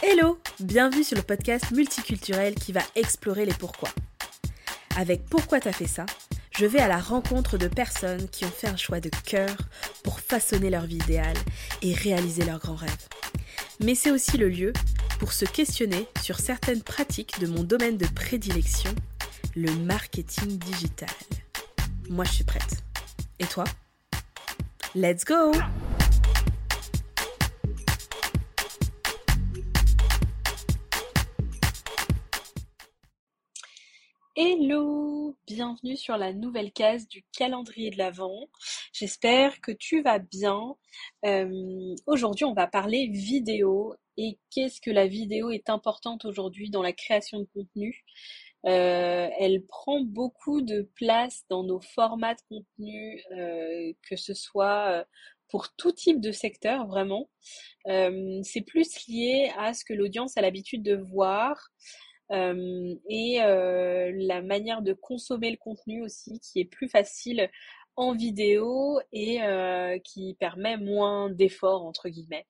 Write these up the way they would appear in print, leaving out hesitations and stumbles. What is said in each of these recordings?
Hello, bienvenue sur le podcast multiculturel qui va explorer les pourquoi. Avec Pourquoi t'as fait ça, je vais à la rencontre de personnes qui ont fait un choix de cœur pour façonner leur vie idéale et réaliser leurs grands rêves. Mais c'est aussi le lieu pour se questionner sur certaines pratiques de mon domaine de prédilection, le marketing digital. Moi, je suis prête. Et toi? Let's go! Hello! Bienvenue sur la nouvelle case du calendrier de l'Avent. J'espère que tu vas bien. Aujourd'hui, on va parler vidéo et qu'est-ce que la vidéo est importante aujourd'hui dans la création de contenu. Elle prend beaucoup de place dans nos formats de contenu, que ce soit pour tout type de secteur, vraiment. C'est plus lié à ce que l'audience a l'habitude de voir. Et la manière de consommer le contenu aussi qui est plus facile en vidéo et qui permet moins d'efforts entre guillemets.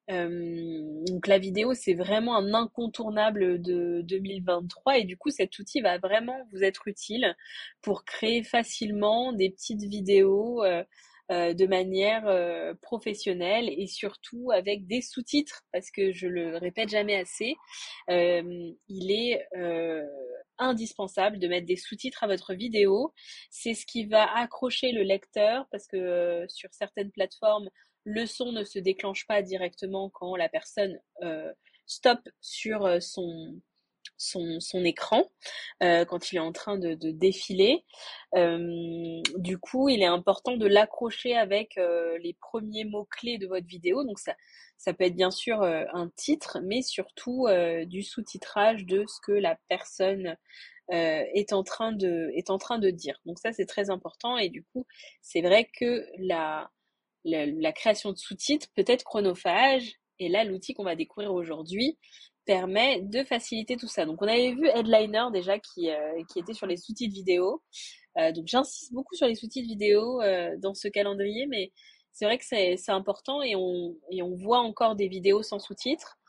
Donc la vidéo c'est vraiment un incontournable de 2023 et du coup cet outil va vraiment vous être utile pour créer facilement des petites vidéos de manière professionnelle et surtout avec des sous-titres parce que je le répète jamais assez, il est indispensable de mettre des sous-titres à votre vidéo. C'est ce qui va accrocher le lecteur parce que sur certaines plateformes, le son ne se déclenche pas directement quand la personne stoppe sur son écran quand il est en train de défiler. Du coup, il est important de l'accrocher avec les premiers mots-clés de votre vidéo. Donc ça peut être bien sûr un titre, mais surtout du sous-titrage de ce que la personne est en train de dire. Donc ça, c'est très important. Et du coup, c'est vrai que la création de sous-titres peut être chronophage. Et là, l'outil qu'on va découvrir aujourd'hui permet de faciliter tout ça. Donc on avait vu Headliner déjà qui était sur les sous-titres vidéo. Donc j'insiste beaucoup sur les sous-titres vidéo dans ce calendrier, mais c'est vrai que c'est important et on voit encore des vidéos sans sous-titres.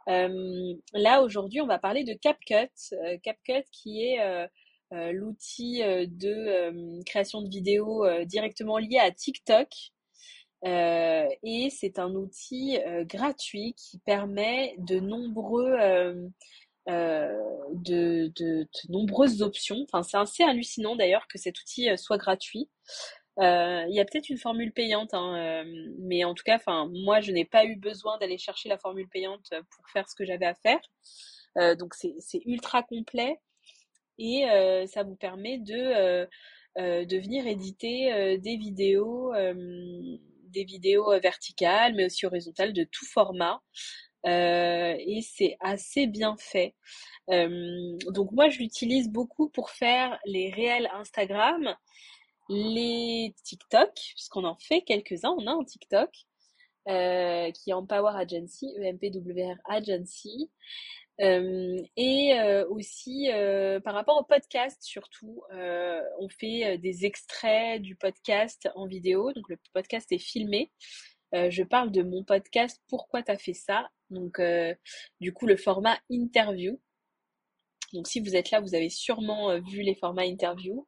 Là aujourd'hui on va parler de CapCut. CapCut qui est l'outil de création de vidéos directement lié à TikTok. Et c'est un outil gratuit qui permet de nombreuses options. Enfin, c'est assez hallucinant d'ailleurs que cet outil soit gratuit. Il y a peut-être une formule payante, hein, mais en tout cas, enfin, moi, je n'ai pas eu besoin d'aller chercher la formule payante pour faire ce que j'avais à faire. Donc, c'est ultra complet et ça vous permet de venir éditer des vidéos verticales, mais aussi horizontales de tout format. Et c'est assez bien fait. Donc moi, je l'utilise beaucoup pour faire les réels Instagram, les TikTok, puisqu'on en fait quelques-uns. On a un TikTok qui est Empower Agency, EMPWR Agency. Et aussi par rapport au podcast surtout, on fait des extraits du podcast en vidéo, donc le podcast est filmé. Je parle de mon podcast Pourquoi t'as fait ça? Donc du coup le format interview. Donc si vous êtes là, vous avez sûrement vu les formats interview.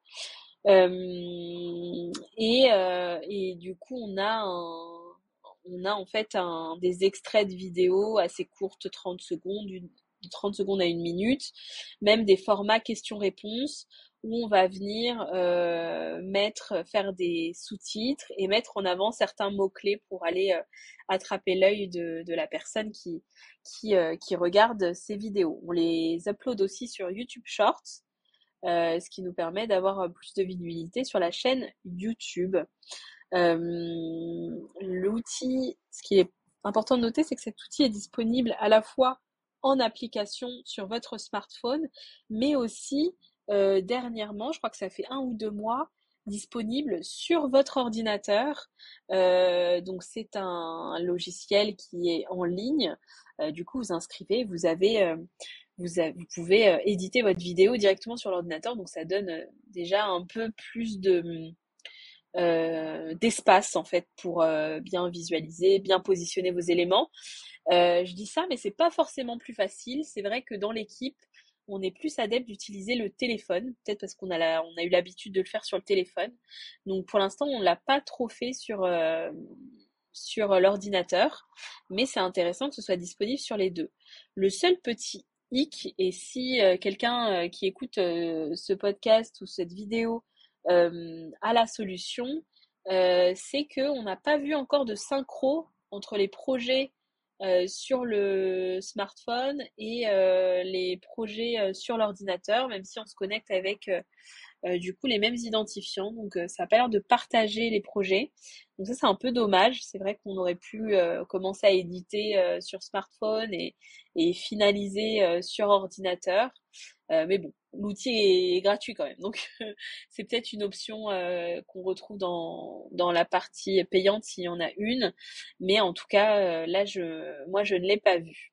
Et du coup on a en fait des extraits de vidéos assez courtes, 30 secondes, de 30 secondes à 1 minute, même des formats questions-réponses où on va venir faire des sous-titres et mettre en avant certains mots-clés pour aller attraper l'œil de la personne qui regarde ces vidéos. On les upload aussi sur YouTube Shorts, ce qui nous permet d'avoir plus de visibilité sur la chaîne YouTube. L'outil, ce qui est important de noter, c'est que cet outil est disponible à la fois en application sur votre smartphone, mais aussi dernièrement, je crois que ça fait 1 ou 2 mois, disponible sur votre ordinateur. Donc c'est un logiciel qui est en ligne. Du coup, vous inscrivez, vous pouvez éditer votre vidéo directement sur l'ordinateur, donc ça donne déjà un peu plus d'espace en fait pour bien visualiser, bien positionner vos éléments. Je dis ça, mais c'est pas forcément plus facile. C'est vrai que dans l'équipe, on est plus adepte d'utiliser le téléphone, peut-être parce on a eu l'habitude de le faire sur le téléphone. Donc pour l'instant, on l'a pas trop fait sur l'ordinateur, mais c'est intéressant que ce soit disponible sur les deux. Le seul petit hic, et si quelqu'un qui écoute ce podcast ou cette vidéo a la solution, c'est qu'on n'a pas vu encore de synchro entre les projets sur le smartphone et les projets sur l'ordinateur, même si on se connecte avec du coup les mêmes identifiants. Donc ça a pas l'air de partager les projets. Donc ça c'est un peu dommage. C'est vrai qu'on aurait pu commencer à éditer sur smartphone et finaliser sur ordinateur. Mais bon, l'outil est gratuit quand même. Donc c'est peut-être une option qu'on retrouve dans la partie payante s'il y en a une. Mais en tout cas, là, moi, je ne l'ai pas vu.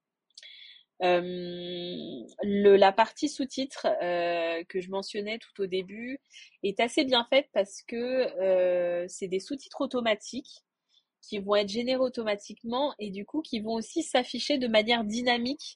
La partie sous-titres que je mentionnais tout au début est assez bien faite parce que c'est des sous-titres automatiques qui vont être générés automatiquement et du coup qui vont aussi s'afficher de manière dynamique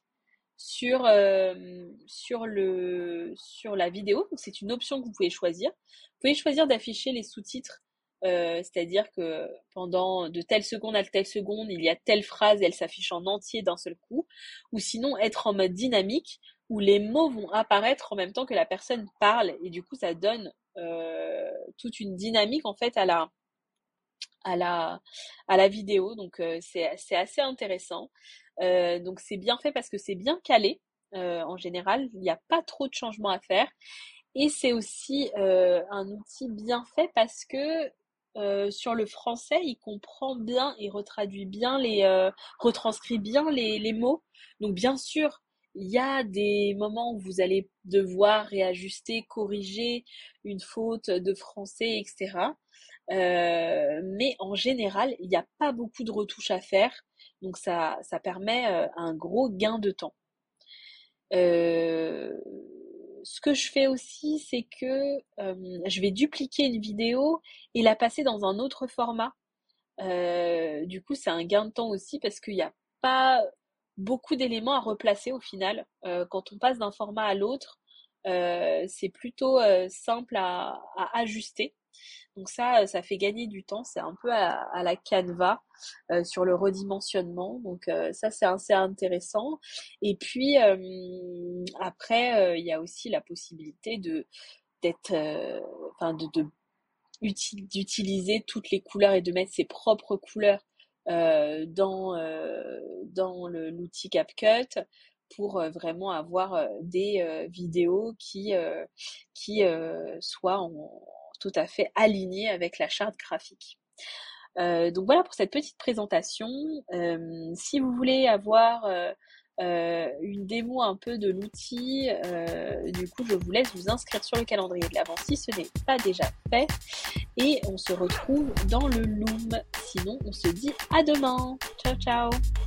sur la vidéo. Donc c'est une option que vous pouvez choisir. Vous pouvez choisir d'afficher les sous-titres, c'est-à-dire que pendant de telle seconde à telle seconde, il y a telle phrase, elle s'affiche en entier d'un seul coup, ou sinon être en mode dynamique où les mots vont apparaître en même temps que la personne parle et du coup ça donne toute une dynamique en fait à la, à la vidéo. Donc c'est assez intéressant. Donc c'est bien fait parce que c'est bien calé. En général, il n'y a pas trop de changements à faire. Et c'est aussi un outil bien fait parce que sur le français, il comprend bien et retranscrit bien les mots. Donc bien sûr, il y a des moments où vous allez devoir réajuster, corriger une faute de français, etc. Mais en général, il n'y a pas beaucoup de retouches à faire, donc ça permet un gros gain de temps. Euh, Ce que je fais aussi, c'est que je vais dupliquer une vidéo et la passer dans un autre format. Du coup, c'est un gain de temps aussi parce qu'il n'y a pas beaucoup d'éléments à replacer au final. Quand on passe d'un format à l'autre, c'est plutôt simple à ajuster. Donc ça fait gagner du temps. C'est un peu à la Canva sur le redimensionnement. Donc ça, c'est assez intéressant. Et puis après, il y a aussi la possibilité d'être, enfin d'utiliser toutes les couleurs et de mettre ses propres couleurs dans l'outil CapCut pour vraiment avoir des vidéos qui soient tout à fait alignées avec la charte graphique. Donc voilà pour cette petite présentation. Si vous voulez avoir une démo un peu de l'outil, du coup je vous laisse vous inscrire sur le calendrier de l'Avent si ce n'est pas déjà fait. Et on se retrouve dans le Loom. Sinon, on se dit à demain. Ciao, ciao.